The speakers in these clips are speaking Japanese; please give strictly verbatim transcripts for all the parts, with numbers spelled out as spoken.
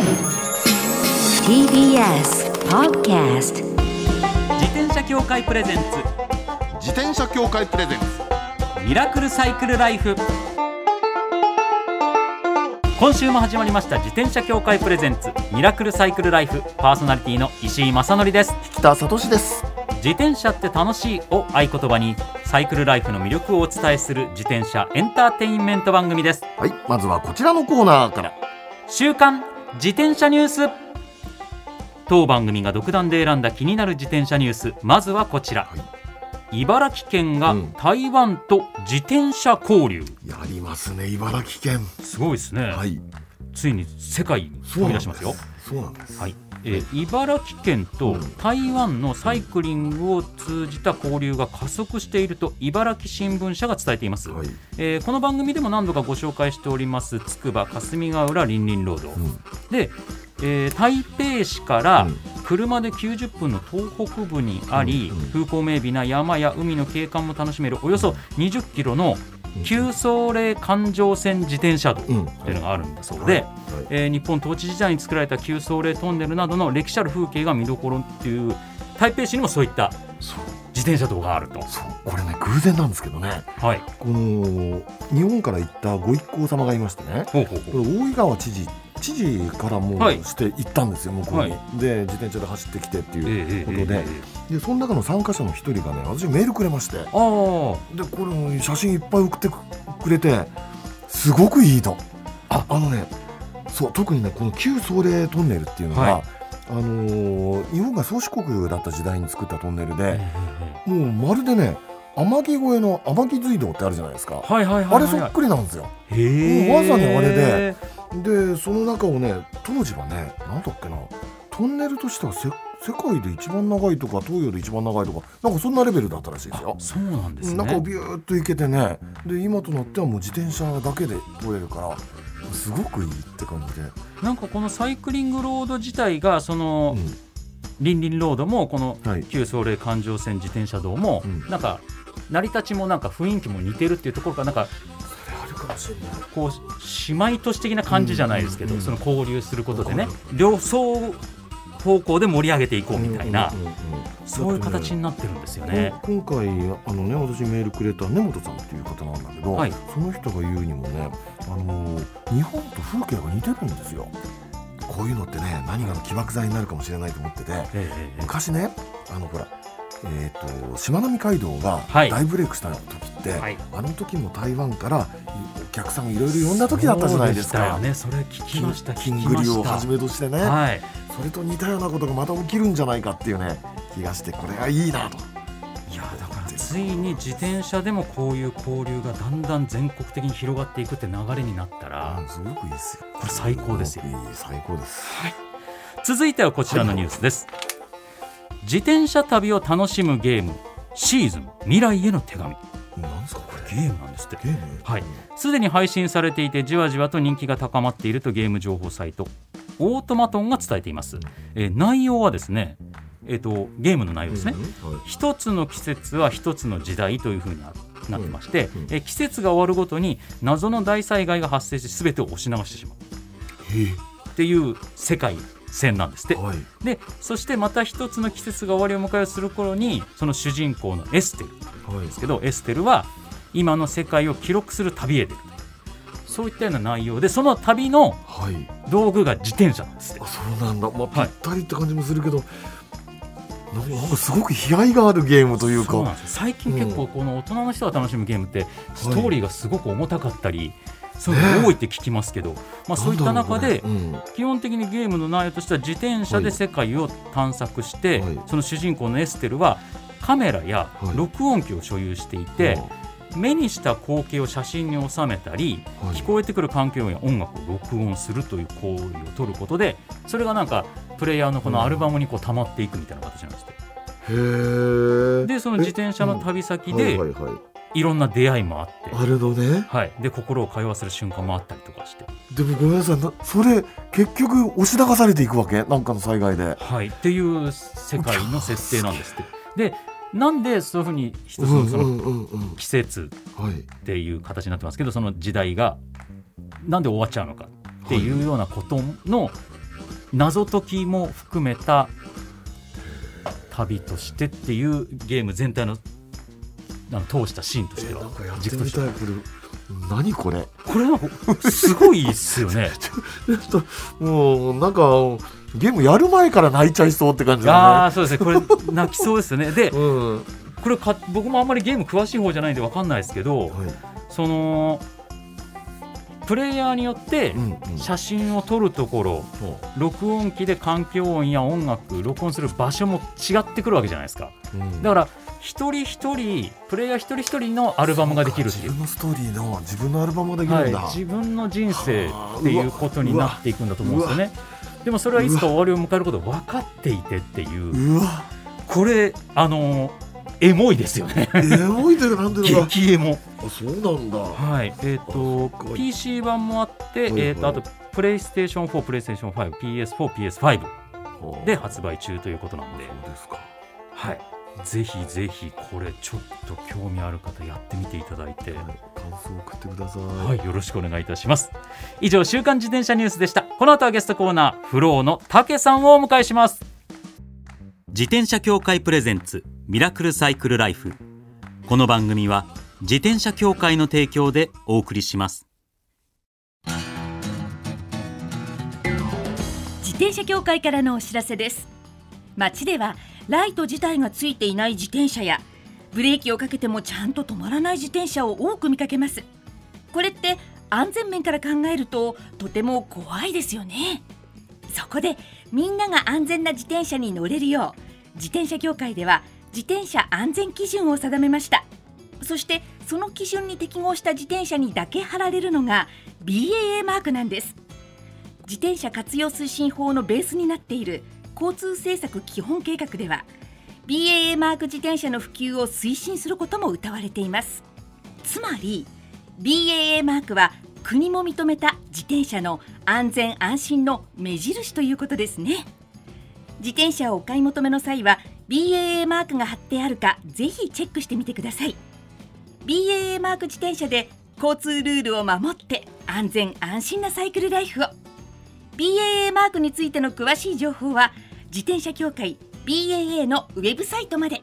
ティービーエス Podcast 自転車協会プレゼンツ自転車協会プレゼンツミラクルサイクルライフ。今週も始まりました自転車協会プレゼンツミラクルサイクルライフ。パーソナリティの石井正則です。 引田聡です。 自転車って楽しいを合言葉にサイクルライフの魅力をお伝えする自転車エンターテインメント番組です。 はい、まずはこちらのコーナーから。 週刊自転車ニュース。当番組が独断で選んだ気になる自転車ニュース、まずはこちら、はい、茨城県が台湾と自転車交流、 うん、やりますね。茨城県すごいですね、 はい、 ついに世界に飛び出しますよ。 そうなんです、 はい、えー、茨城県と台湾のサイクリングを通じた交流が加速していると茨城新聞社が伝えています、はい、えー、この番組でも何度かご紹介しておりますつくば霞ヶ浦りんりんロード、うん、で、えー、台北市から車できゅうじゅっぷんの東北部にあり、うんうん、風光明媚な山や海の景観も楽しめるおよそにじゅっキロの旧総霊環状線自転車道というのがあるんだそうで、うんはいはい、えー、日本統治時代に作られた旧総霊トンネルなどの歴史ある風景が見どころっていう、台北市にもそういった自転車道があると。 そう、これね偶然なんですけどね、はい、この日本から行ったご一行様がいましてね、ほうほうほう、これ大井川知事知事からもして行ったんですよ、向こうに、はい、で自転車で走ってきてっていうことで、えーえー、でその中の参加者の一人がね、私メールくれまして、あでこれ写真いっぱい送ってくれてすごくいいと。ああのね、そう特にねこの旧総霊トンネルっていうのが、はい、あのー、日本が宗主国だった時代に作ったトンネルで、えー、もうまるでね天城越えの天城隧道ってあるじゃないですか、はいはいはいはい、あれそっくりなんですよ。へー、もうまさにあれででその中をね当時はねなんだっけな、トンネルとしてはせ世界で一番長いとか東洋で一番長いとかなんかそんなレベルだったらしいですよ。 そうなんですね。 なんかビューッと行けてね、で今となってはもう自転車だけで通れるからすごくいいって感じで、 なんかこのサイクリングロード自体がその、うん、りんりんロードもこの旧総霊環状線自転車道も、はい、なんか成り立ちもなんか雰囲気も似てるっていうところがなんかこう姉妹都市的な感じじゃないですけど、うんうんうん、その交流することでね両双方向で盛り上げていこうみたいな、うんうんうんうん、そういう形になってるんですよね。 今回あの、ね、私メールくれた根本さんっていう方なんだけど、はい、その人が言うにもね、あの日本と風景が似てるんですよ。こういうのってね何が起爆剤になるかもしれないと思ってて、えええ、昔ねあのほらえー、としまなみ海道が大ブレイクした時って、はい、あの時も台湾からお客さんをいろいろ呼んだ時だったじゃないですか。 そうでしたよね。それ聞きました。 キングリをはじめとしてね、はい、それと似たようなことがまた起きるんじゃないかっていうね気がして、これがいいなと。 いやだからついに自転車でもこういう交流がだんだん全国的に広がっていくって流れになったら、うん、 すごくいいですよ。 これ最高ですよ。 いい最高です、はい、 続いてはこちらのニュースです、はい。自転車旅を楽しむゲームシーズン未来への手紙。 なんですかこれ。 ゲームなんですって。 ゲーム、 はい、すでに配信されていてじわじわと人気が高まっているとゲーム情報サイトオートマトンが伝えています、うん、えー、内容はですね、えーと、ゲームの内容ですね、うん、はい、一つの季節は一つの時代というふうになってまして、うんうん、えー、季節が終わるごとに謎の大災害が発生し全てを押し流してしまうっていう世界線なんですって、はい、でそしてまた一つの季節が終わりを迎えをする頃にその主人公のエステルですけど、はい、エステルは今の世界を記録する旅へ出る、そういったような内容で、その旅の道具が自転車なんですって、 はい、あそうなんだ、まあ、ぴったりって感じもするけど、はい、なんかすごく悲哀があるゲームというか。 そうなんです。最近結構この大人の人が楽しむゲームってストーリーがすごく重たかったり、はい、そういうの多いって聞きますけど、まあ、そういった中で基本的にゲームの内容としては自転車で世界を探索して、はい、その主人公のエステルはカメラや録音機を所有していて、はい、目にした光景を写真に収めたり、はい、聞こえてくる環境や音楽を録音するという行為を取ることで、それがなんかプレイヤーのこのアルバムにこう溜まっていくみたいな形なんですって。 へー。 でその自転車の旅先で、うんはいはいはい、いろんな出会いもあってあるのね、 はい、で心を通わせる瞬間もあったりとかして、 でもごめんなさい、それ結局押し流されていくわけ、なんかの災害で、 はい、っていう世界の設定なんですって。でなんでそういうふうに一つのその季節っていう形になってますけど、その時代がなんで終わっちゃうのかっていうようなことの謎解きも含めた旅としてっていうゲーム全体のあの通したシーンとしては、 えー、なんかやってみたい。これ何これこれなんかすごいですよねもうなんかゲームやる前から泣いちゃいそうって感じだね。 ああそうですね、これ泣きそうですよね。で、 うん、 これか僕もあんまりゲーム詳しい方じゃないんで分かんないですけど、はい、そのプレイヤーによって写真を撮るところ、うんうん、録音機で環境音や音楽録音する場所も違ってくるわけじゃないですか、うん、だから一人一人プレイヤー一人一人のアルバムができるっていう、 自分のストーリーの自分のアルバムができるんだ、 はい、自分の人生っていうことになっていくんだと思うんですよね。でもそれはいつか終わりを迎えることが分かっていてっていう、うわこれあのエモいですよね。 エモいでなんでだ激エモ。 あ、そうなんだ。 はい、えーと ピーシー 版もあって、はいはい、えーとあとプレイステーションフォー、プレイステーションファイブ、ピーエスフォー、ピーエスファイブ で発売中ということなんで、 そうですか。 はい、ぜひぜひこれちょっと興味ある方やってみていただいて、はい、 感想を送ってください。 はい、よろしくお願いいたします。以上、週刊自転車ニュースでした。この後はゲストコーナー、フローの竹さんをお迎えします。自転車協会プレゼンツミラクルサイクルライフ。この番組は自転車協会の提供でお送りします。 自転車協会からのお知らせです。街ではライト自体がついていない自転車やブレーキをかけてもちゃんと止まらない自転車を多く見かけます。これって安全面から考えるととても怖いですよね。そこでみんなが安全な自転車に乗れるよう、自転車協会では自転車安全基準を定めました。そしてその基準に適合した自転車にだけ貼られるのが ビーエーエー マークなんです。自転車活用推進法のベースになっている交通政策基本計画では ビーエーエー マーク自転車の普及を推進することも謳われています。つまり ビーエーエー マークは国も認めた自転車の安全安心の目印ということですね。自転車をお買い求めの際は ビーエーエー マークが貼ってあるかぜひチェックしてみてください。 ビーエーエー マーク自転車で交通ルールを守って安全安心なサイクルライフを。 ビーエーエー マークについての詳しい情報は自転車協会 ビーエーエー のウェブサイトまで。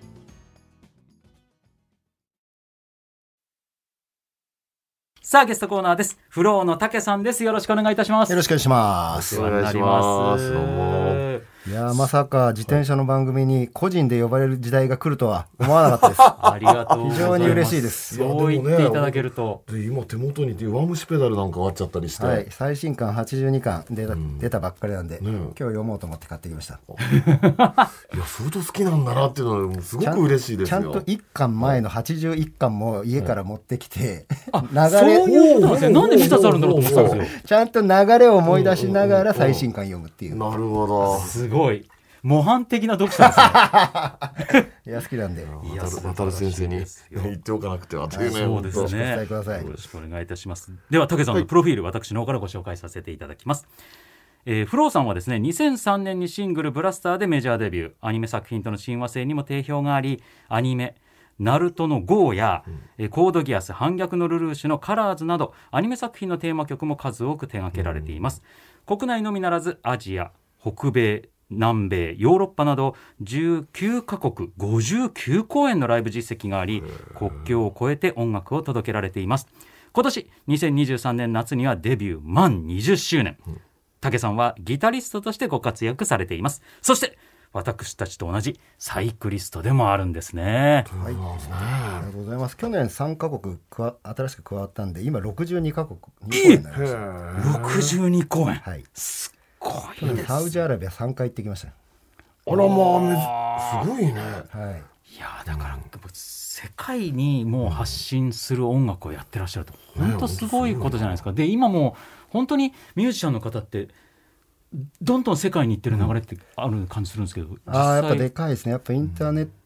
さあゲストコーナーです。フローの竹さんです。よろしくお願いいたします。 よろしくお願いします。 お世話になります。 いやまさか自転車の番組に個人で呼ばれる時代が来るとは思わなかったです。 ありがとうございます。 非常に嬉しいです。 そう言っていただけると。 で今手元に弱虫ペダルなんかあっちゃったりして、 はい、最新刊はちじゅうにかん出た、うん、出たばっかりなんで、ね、今日読もうと思って買ってきました。 いや相当好きなんだなっていうのはすごく嬉しいですよ。 ちゃんといっかんまえのはちじゅういっかんも家から持ってきて、 うん、流れそういうことなんですね。なんでふたつあるんだろうと思ったんですよ。 ちゃんと流れを思い出しながら最新刊読むっていう。 なるほど。 すごい模範的な読者ですね。 いや好きなんだよ。 渡る先生に言っておかなくてはというね。 そうですね。 お伝えください。 よろしくお願いいたします。では竹さんのプロフィール、はい、私の方からご紹介させていただきます。えー、フローさんはですねにせんさんねんにシングルブラスターでメジャーデビュー。アニメ作品との親和性にも定評があり、アニメナルトの ゴー や、うん、コードギアス、反逆のルルーシュのカラーズなどアニメ作品のテーマ曲も数多く手掛けられています。うん、国内のみならずアジア、北米、南米、ヨーロッパなどじゅうきゅうかこくごじゅうきゅうこうえんのライブ実績があり、国境を越えて音楽を届けられています。今年にせんにじゅうさんねん夏にはデビュー満にじゅっしゅうねん、うん、竹さんはギタリストとしてご活躍されています。そして私たちと同じサイクリストでもあるんですね。 はい、ありがとうございます。去年さんかこく新しく加わったんで今ろくじゅうにかこくにこうえんになりました。 ろくじゅうにこうえん、 はい、 すごいです。 サウジアラビアさんかい行ってきました。 あらまあすごいね。 はい、 いやだから世界にもう発信する音楽をやってらっしゃると本当すごいことじゃないですか。で今も本当にミュージシャンの方ってどんどん世界に行ってる流れってある感じするんですけど、うん、 あやっぱでかいですね。やっぱインターネッ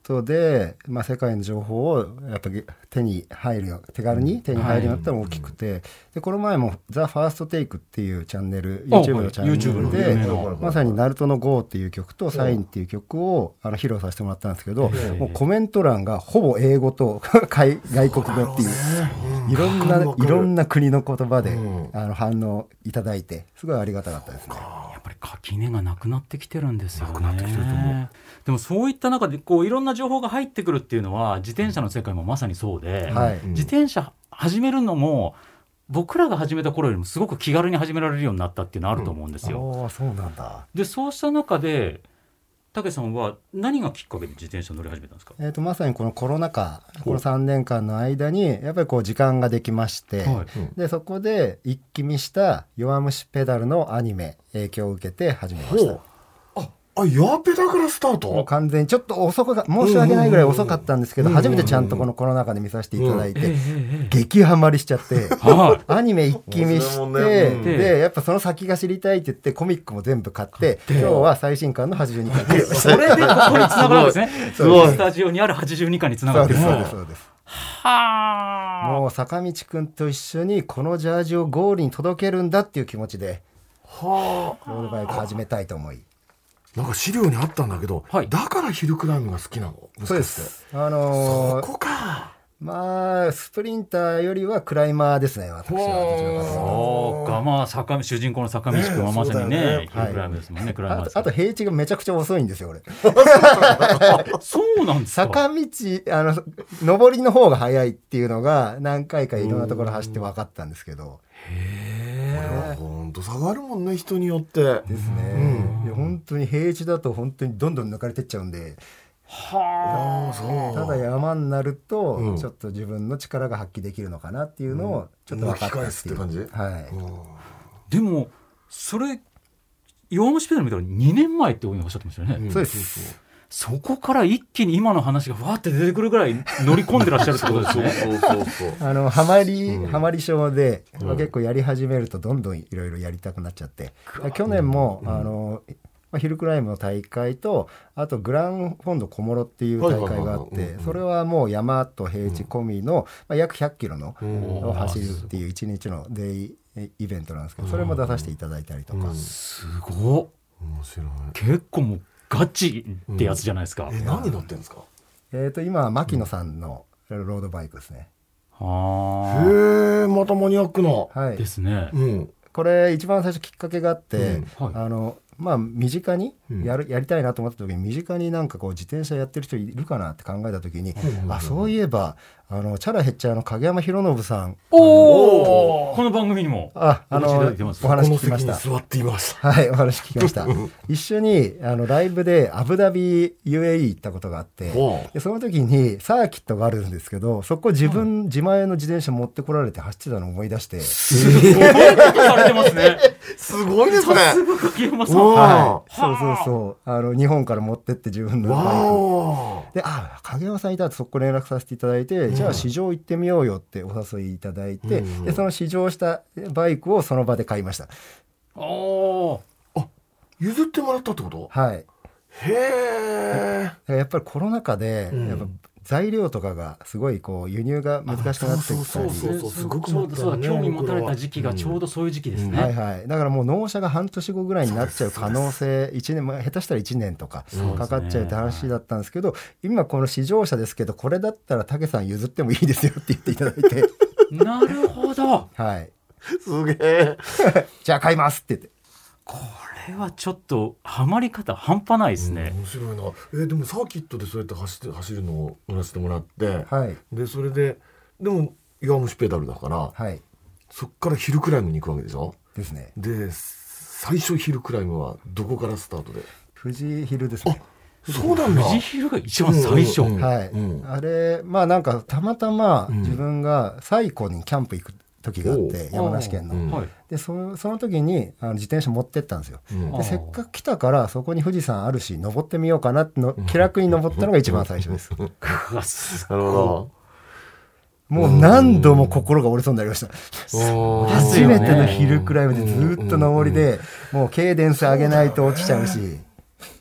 トで、まあ、世界の情報をやっぱり手に入るよ手軽に手に入るようになったら大きくて、はい、でこの前もザ・ファーストテイクっていうチャンネル YouTube のチャンネルでまさにナルトの ゴー っていう曲とサインっていう曲をあの披露させてもらったんですけど、もうコメント欄がほぼ英語と外国語っていういろんないろんな国の言葉であの反応いただいてすごいありがたかったですね。 やっぱり垣根がなくなってきてるんですよね。なくなってきてると思う。でもそういった中でこういろんな情報が入ってくるっていうのは自転車の世界もまさにそうで、はい、自転車始めるのも僕らが始めた頃よりもすごく気軽に始められるようになったっていうのはあると思うんですよ、 うん、あ、そうなんだ。 でそうした中で武さんは何がきっかけで自転車乗り始めたんですか？ えーと、まさにこのコロナ禍このさんねんかんの間にやっぱりこう時間ができまして、はい、でそこで一気見した弱虫ペダルのアニメ影響を受けて始めました。 あ、弱ペダからスタート？ もう完全にちょっと遅か申し訳ないぐらい遅かったんですけど、初めてちゃんとこのコロナ禍で見させていただいて、激ハマりしちゃってアニメ一気見して、でやっぱその先が知りたいって言ってコミックも全部買って今日は最新刊のはちじゅうにかんでそれでここにつながるんですね。すごいスタジオにあるはちじゅうにかんにつながってる。 そうですそうですはあ。もう坂道くんと一緒にこのジャージをゴールに届けるんだっていう気持ちではあロードバイク始めたいと思い、 なんか資料にあったんだけど、はい、だからヒルクライムが好きなの？ そうです。あのー、 そこか。 まあスプリンターよりはクライマーですね。私はそうか、まあ坂道主人公の坂道くんはまさに ね, ねヒルクライムですもんね、はい、クライマーです。 あと平地がめちゃくちゃ遅いんですよ俺。 そうなんですか。 坂道あの上りの方が速いっていうのが何回かいろんなところ走って分かったんですけど。 へえ。本当差があるもんね人によってですね、うん、いや本当に平地だと本当にどんどん抜かれてっちゃうんで、はあ、そうただ山になると、うん、ちょっと自分の力が発揮できるのかなっていうのをちょっと分かったっていう、うん、って感じ、はい、 でもそれ弱虫ペダル見たらにねんまえっておっしゃってましたよね、 うん、そうです。 そこから一気に今の話がわーって出てくるぐらい乗り込んでらっしゃるってことですね。そうそうそうあのハマり、うん、ハマり症で、うん、結構やり始めるとどんどんいろいろやりたくなっちゃって、うん、去年も、うん、あのまあ、ヒルクライムの大会とあとグランフォンド小諸っていう大会があって、それはもう山と平地込みの、まあ、約ひゃっキロの、うん、を走るっていういちにちのデイイベントなんですけど、それも出させていただいたりとか、うん、 すごっ面白い。結構もうガチってやつじゃないですか、 うん、え何乗ってるんですか？ えーと今は牧野さんのロードバイクですね、 うん、 へえまたマニアックな、 はい、ですね、 うん、これ一番最初きっかけがあって、うんはい、あのまあ身近にやる、やりたいなと思った時に身近になんかこう自転車やってる人いるかなって考えた時に、うん、あそういえばあのチャラヘッチャーの影山博信さん、 おおこの番組にもああのお話聞きました。 座っています。 はいお話聞きました一緒にあのライブでアブダビ ユーエーイー 行ったことがあって、でその時にサーキットがあるんですけどそこ自分、うん、自前の自転車持ってこられて走ってたのを思い出して、 すごいことされてますね。 すごいですね。 さすが影山さん。 はい、そうそうそうあの日本から持ってって自分のバイクであ影山さんいたらそこ連絡させていただいて、うん、じゃあ試乗行ってみようよってお誘いいただいて、うん、でその試乗したバイクをその場で買いました。 ああ譲ってもらったってこと？ はい。 へえ。 やっぱりコロナ禍で、うん、やっぱ材料とかがすごいこう輸入が難しくなってきたり、 そうそうそうすごくそうだ興味持たれた時期がちょうどそういう時期ですね、うん、 はいはい。だからもう納車が半年後ぐらいになっちゃう可能性いちねん下手したらいちねんとかかかっちゃうって話だったんですけど、今この試乗車ですけどこれだったら武さん譲ってもいいですよって言っていただいてなるほどはいすげえじゃあ買いますって言って、 これはちょっとハマり方半端ないですね、 うん、面白いな。えー、でもサーキットでそうやって走って走るのを乗らせてもらって、 はい、 でそれででも弱虫ペダルだから、 はい、 そっからヒルクライムに行くわけでしょ。 ですね。 で最初ヒルクライムはどこからスタートで？ 富士ヒルですね。 そうなんだ。 富士ヒルが一番最初、 うんうんうん、はい、うん、あれまあなんかたまたま自分が西湖にキャンプ行く時があって、山梨県の、うん、で そ, その時にあの自転車持ってったんですよ、うん、でせっかく来たからそこに富士山あるし登ってみようかなっての気楽に登ったのが一番最初です。なるほど。 もう何度も心が折れそうになりました。初めてのヒルクライムでずっと登りでもうケイデンス上げないと落ちちゃうし、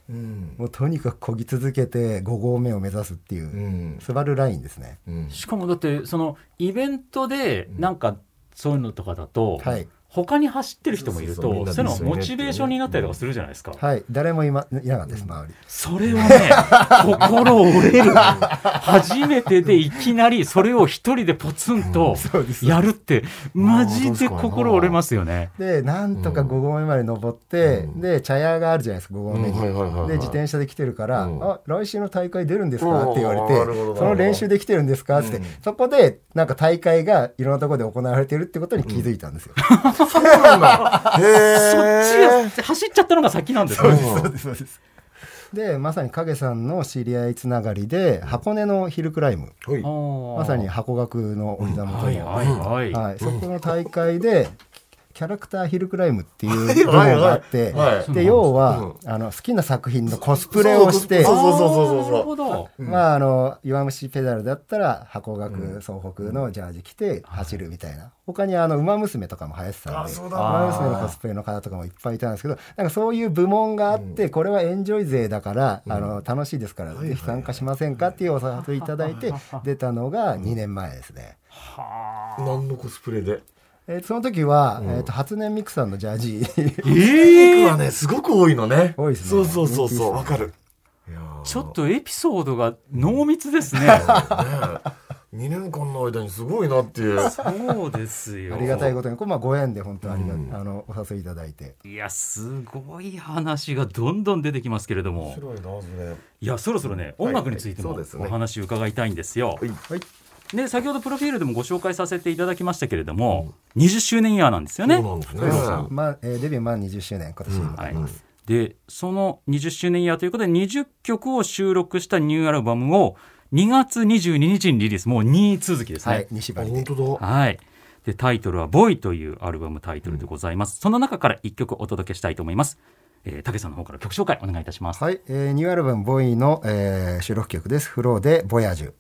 うん、もうとにかく漕ぎ続けてご合目を目指すっていう、うん、スバルラインですね、 うん、しかもだってそのイベントでなんかそういうのとかだと、うん、はい、他に走ってる人もいると、そうそうそう、そういうのモチベーションになったりとかするじゃないですか、 うん、はい、誰もいなかったです、周り。 それはね心折れる初めてでいきなりそれを一人でポツンとやるってマジで心折れますよね。 でなんとかご合目まで登って、うん、で茶屋があるじゃないですか、ご合目に、うん、はいはいはいはい、で自転車で来てるから、うん、あ来週の大会出るんですかって言われて、その練習で来てるんですかって、うん、そこでなんか大会がいろんなところで行われてるってことに気づいたんですよ、うん、そうなんだへそっち走っちゃったのが先なんですね。 そうですそうです。でまさに影さんの知り合いつながりで箱根のヒルクライム、うん、まさに箱学のお膝元に、うん、はいはいはいはい、そこの大会でキャラクターヒルクライムっていう部門があって、はいはい、で要は、うん、あの好きな作品のコスプレをしてまああの弱虫ペダルだったら箱学総北のジャージ着て走るみたいな、うん、他にあの馬娘とかも流行ってたんで、馬娘のコスプレの方とかもいっぱいいたんですけど、なんかそういう部門があって、うん、これはエンジョイ勢だから、うん、あの楽しいですから、うん、ぜひ参加しませんかっていうお誘いいただいて出たのがにねんまえですね。 はあ、何のコスプレで？ えー、その時は、うん、えー、と初音ミクさんのジャージえー、ミクはねすごく多いのね。 多いですね。 そうそうそうそう、わかる。 いやちょっとエピソードが濃密ですね。ねにねんかんの間にすごいなっていう。 そうですよ。 ありがたいことにこれまあご縁で本当ありが、うん、あのお誘いいただいて。 いやすごい話がどんどん出てきますけれども。面白いなそれ。 いやそろそろね、音楽についてもお話伺いたいんですよ。はいはい。で先ほどプロフィールでもご紹介させていただきましたけれども、うん、にじゅっしゅうねんイヤーなんですよね。そうなんですね。 まあえー、デビュー満にじゅっしゅうねん今年になります、うんはい、でそのにじゅっしゅうねんイヤーということでにじゅっきょくを収録したニューアルバムをにがつにじゅうににちにリリース、もうに続きですね。 はい、に縛りで。 本当だ。 はい。でタイトルはボイというアルバムタイトルでございます、うん、その中からいっきょくお届けしたいと思います。えー、竹さんの方から曲紹介お願いいたします。 はい、えー、ニューアルバムボイの、えー、収録曲です。フローでボヤージュ。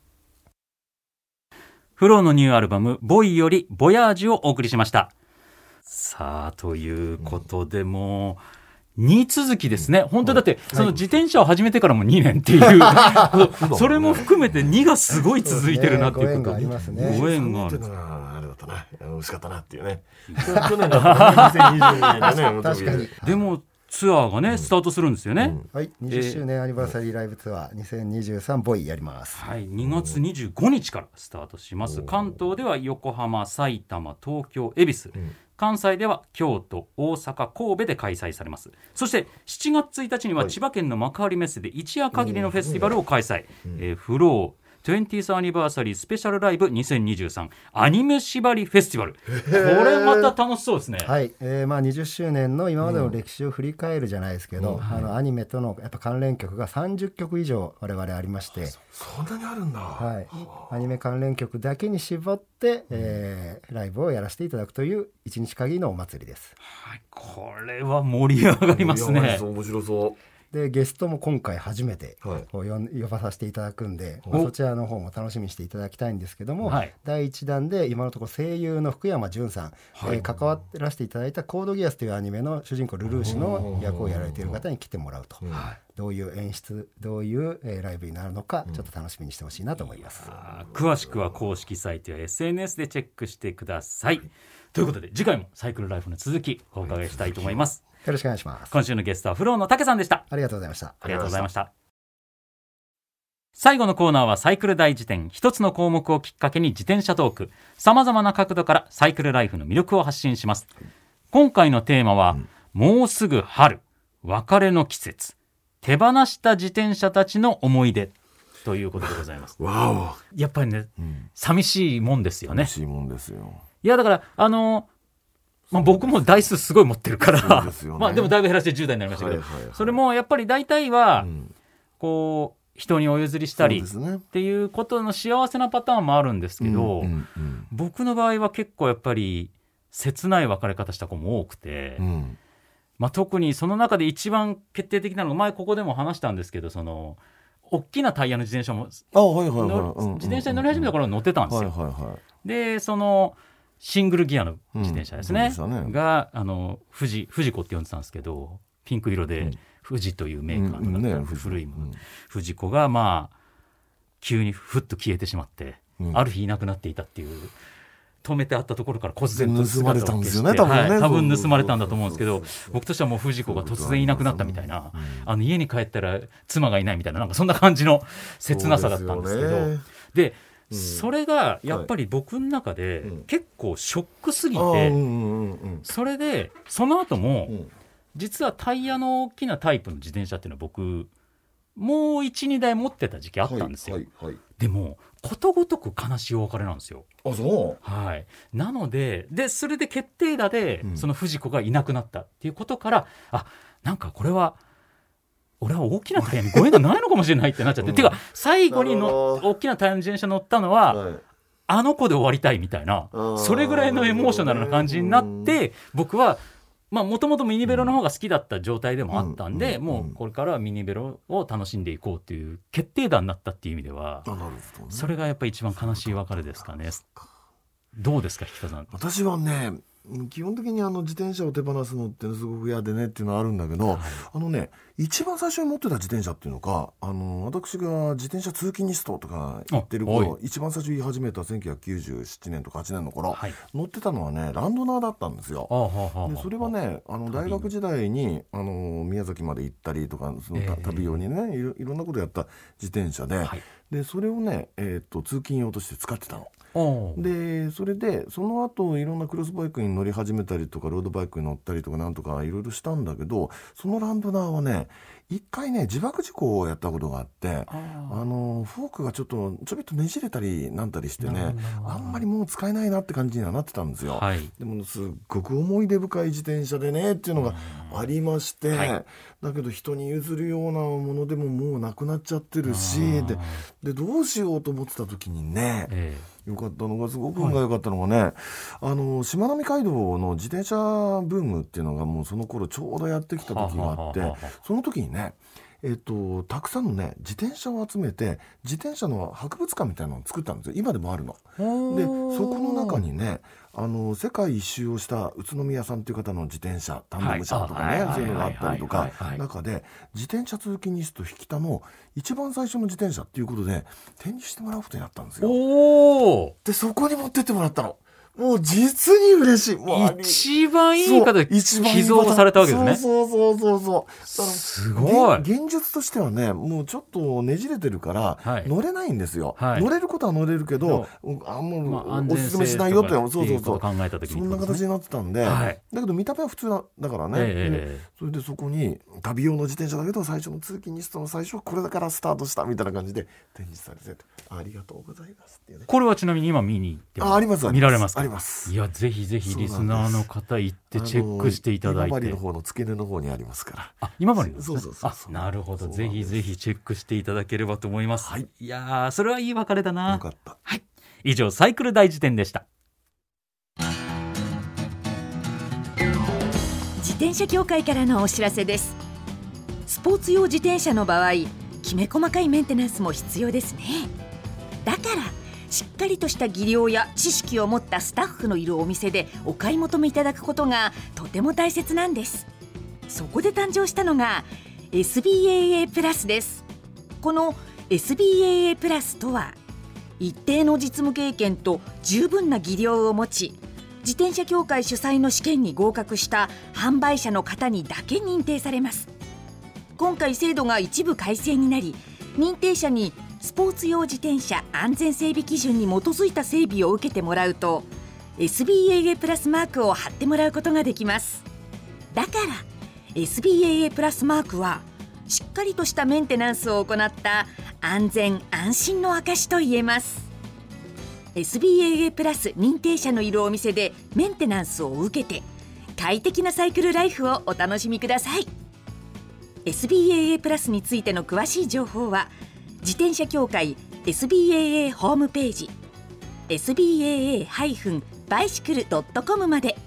フローのニューアルバムボイよりボヤージュをお送りしました。さあということで、もうに続きですね。本当だってその自転車を始めてからもにねんっていう、はい、それも含めてにがすごい続いてるなっていうこと。 ご縁がありますね。 ご縁がある。 あれだったな、惜しかったなっていうね。去年だったね、にせんにじゅうにねんだね。 確かに。 でもツアーがね、うん、スタートするんですよね、うん、 はい、にじゅっしゅうねんアニバーサリーライブツアーにせんにじゅうさんボイやります。 はい、にがつにじゅうごにちからスタートします。関東では横浜、埼玉、東京、恵比寿、うん、関西では京都、大阪、神戸で開催されます。そしてしちがつついたちには千葉県の幕張メッセで一夜限りのフェスティバルを開催、うん、えー、フローにじゅうアニバーサリースペシャルライブにせんにじゅうさんアニメ縛りフェスティバル。これまた楽しそうですね。 はい、えーまあ、にじゅっしゅうねんの今までの歴史を振り返るじゃないですけど、うん、あのアニメとのやっぱ関連曲がさんじゅっきょく以上我々ありまして。 そ, そんなにあるんだ。 はい、アニメ関連曲だけに絞って、えー、ライブをやらせていただくといういちにち限りのお祭りです。 はい、これは盛り上がりますね。 面白そう。 でゲストも今回初めてこう呼ばさせていただくんで、はい、そちらの方も楽しみにしていただきたいんですけども、はい、だいいちだんで今のところ声優の福山潤さん、はい、えー、関わらせていただいたコードギアスというアニメの主人公ルルーシュの役をやられている方に来てもらうと、はい、どういう演出どういう、えー、ライブになるのかちょっと楽しみにしてほしいなと思います、 うん、詳しくは公式サイトや エスエヌエス でチェックしてください。ということで次回もサイクルライフの続きお伺いしたいと思います。 よろしくお願いします。 今週のゲストはフローの竹さんでした。 ありがとうございました。 ありがとうございました。最後のコーナーはサイクル大辞典。一つの項目をきっかけに自転車トーク、さまざまな角度からサイクルライフの魅力を発信します。今回のテーマは、うん、もうすぐ春、別れの季節、手放した自転車たちの思い出ということでございます。 わお、 やっぱりね、うん、寂しいもんですよね。 寂しいもんですよ。 いやだからあのまあ、僕も台数すごい持ってるからで、ね、まあでもだいぶ減らしてじゅうだいになりましたけど、はいはいはい、それもやっぱり大体は、うん、こう人にお譲りしたりっていうことの幸せなパターンもあるんですけど、うんうんうん、僕の場合は結構やっぱり切ない別れ方した子も多くて、うん、まあ、特にその中で一番決定的なのが前ここでも話したんですけど、その大きなタイヤの自転車も自転車に乗り始めた頃乗ってたんですよ、はいはいはい、でそのシングルギアの自転車ですね、うん、ねがあの富士、富士子って呼んでたんですけどピンク色で、うん、 富士というメーカーの、 うんね、 古いもの、うん、富士子がまあ急にふっと消えてしまって、うん、ある日いなくなっていたっていう、止めてあったところから忽然と盗まれたんですよね、多分ね、 はい、多分盗まれたんだと思うんですけど、僕としてはもう藤子が突然いなくなったみたいな、うん、あの家に帰ったら妻がいないみたいな、なんかそんな感じの切なさだったんですけど、で、うん、それがやっぱり僕の中で結構ショックすぎて、はい、それでその後も、うん、実はタイヤの大きなタイプの自転車っていうのは僕もう いち,に 台持ってた時期あったんですよ、はいはいはい、でもことごとく悲しいお別れなんですよ。 あ、そう、 はい、なので、でそれで決定打で、うん、その藤子がいなくなったっていうことから、あ、なんかこれは俺は大きなタイヤにご縁がないのかもしれないってなっちゃって、うん、てか最後にの大きなタイヤの自転車乗ったのは、はい、あの子で終わりたいみたいな、それぐらいのエモーショナルな感じになって、僕はもともとミニベロの方が好きだった状態でもあったんで、うん、もうこれからはミニベロを楽しんでいこうっていう決定打になったっていう意味では、 なるほどね、 それがやっぱり一番悲しい別れですかね。どうですか、引田さん。 私はね、基本的にあの自転車を手放すのってすごく嫌でねっていうのはあるんだけど、はい、あのね、一番最初に持ってた自転車っていうのか、あの私が自転車通勤ニストとか言ってる頃、一番最初言い始めたせんきゅうひゃくきゅうじゅうななねんとかはちねんの頃、はい、乗ってたのはね、ランドナーだったんですよ。でそれはね、あの大学時代にあの宮崎まで行ったりとか、その旅用にね、いろ、いろんなことやった自転車で、はい、でそれをね、えー、と通勤用として使ってたの。でそれでその後いろんなクロスバイクに乗り始めたりとか、ロードバイクに乗ったりとかなんとかいろいろしたんだけど、そのランドナーはね、一回ね自爆事故をやったことがあって、ああのフォークがちょっとちょびっとねじれたりなんたりしてね、あんまりもう使えないなって感じにはなってたんですよ、はい、でもすっごく思い出深い自転車でねっていうのがありまして、はい、だけど人に譲るようなものでももうなくなっちゃってるし、で, でどうしようと思ってた時にね、ええ、よかったのが、すごく運が良かったのがね、はい、あのしまなみ海道の自転車ブームっていうのがもうその頃ちょうどやってきた時があって、ははははその時にね、えっと、たくさんのね自転車を集めて自転車の博物館みたいなのを作ったんですよ。今でもあるので、そこの中にね、あの世界一周をした宇都宮さんという方の自転車タンデム車とかね、そういうのがあったりとか、中で自転車通勤ニスト引田の一番最初の自転車っていうことで展示してもらうことになったんですよ。おでそこに持ってってもらったの。もう実に嬉しい。もう一番いい方で寄贈されたわけですね。 そうそうそうそうそう。 すごい。 現実としてはね、もうちょっとねじれてるから、はい、乗れないんですよ、はい、乗れることは乗れるけど、あもう、まあ、おすすめしないよって、そうそうそう、考えた時にそんな形になってたんで、はい、だけど見た目は普通だ、だからね、えー、それでそこに旅用の自転車だけど最初の通勤ニストの最初はこれだからスタートしたみたいな感じで展示されて、ありがとうございますっていうね。 これはちなみに今見に行ってああります、 見られますか？ あります。 いや、ぜひぜひリスナーの方行ってチェックしていただいて、 今治の方の付け根の方にありますから。 あ、今治の、ね、 そうそうそうそう。 あ、なるほど。ぜひぜひチェックしていただければと思います、はい、いやそれはいい別れだな。 よかった、 はい、以上サイクル大辞典でした。 自転車協会からのお知らせです。スポーツ用自転車の場合、きめ細かいメンテナンスも必要ですね。だからしっかりとした技量や知識を持ったスタッフのいるお店でお買い求めいただくことがとても大切なんです。そこで誕生したのが エスビーエーエー プラスです。この エスビーエーエー プラスとは、一定の実務経験と十分な技量を持ち、自転車協会主催の試験に合格した販売者の方にだけ認定されます。今回制度が一部改正になり、認定者にスポーツ用自転車安全整備基準に基づいた整備を受けてもらうと エスビーエーエー プラスマークを貼ってもらうことができます。だから エスビーエーエー プラスマークはしっかりとしたメンテナンスを行った安全安心の証と言えます。 エスビーエーエー プラス認定者のいるお店でメンテナンスを受けて快適なサイクルライフをお楽しみください。 エスビーエーエー プラスについての詳しい情報は自転車協会 エスビーエーエー ホームページ エスビーエーエー バイシクル ドットコム まで。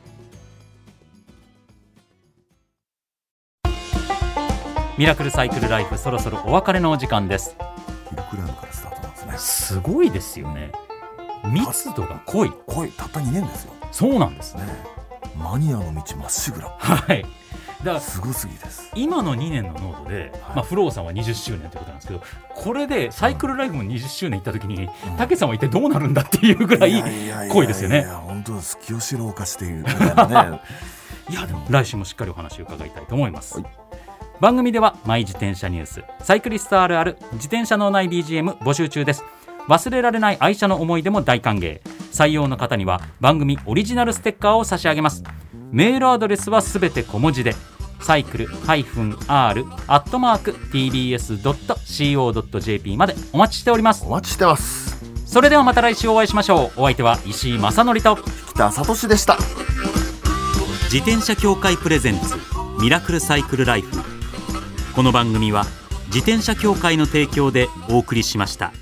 ミラクルサイクルライフ、そろそろお別れのお時間です。 ヒルクライムからスタートなんですね。 すごいですよね。密度が濃い濃い。たったにねんですよ。 そうなんですね。 マニアの道まっしぐら。 はい。 だからすごすぎです。 今のにねんの濃度で、はい、まあ、フローさんはにじゅっしゅうねんということなんですけど、これでサイクルライフもにじゅっしゅうねんいった時に、たけ、うん、さんは一体どうなるんだっていうぐらい濃いですよね。いやいやいや、 本当です清志郎化しているみたいなねいやでも来週もしっかりお話を伺いたいと思います、はい、番組ではマイ自転車ニュース、サイクリストあるある、自転車脳内 ビージーエム 募集中です。忘れられない愛車の思い出も大歓迎。採用の方には番組オリジナルステッカーを差し上げます。メールアドレスはすべて小文字でサイクル -アール アットマーク ティービーエス ドット シーオー ドット ジェーピー までお待ちしております。 お待ちしてます。 それではまた来週お会いしましょう。お相手は石井正則と北里でした。 自転車協会プレゼンツミラクルサイクルライフ。この番組は自転車協会の提供でお送りしました。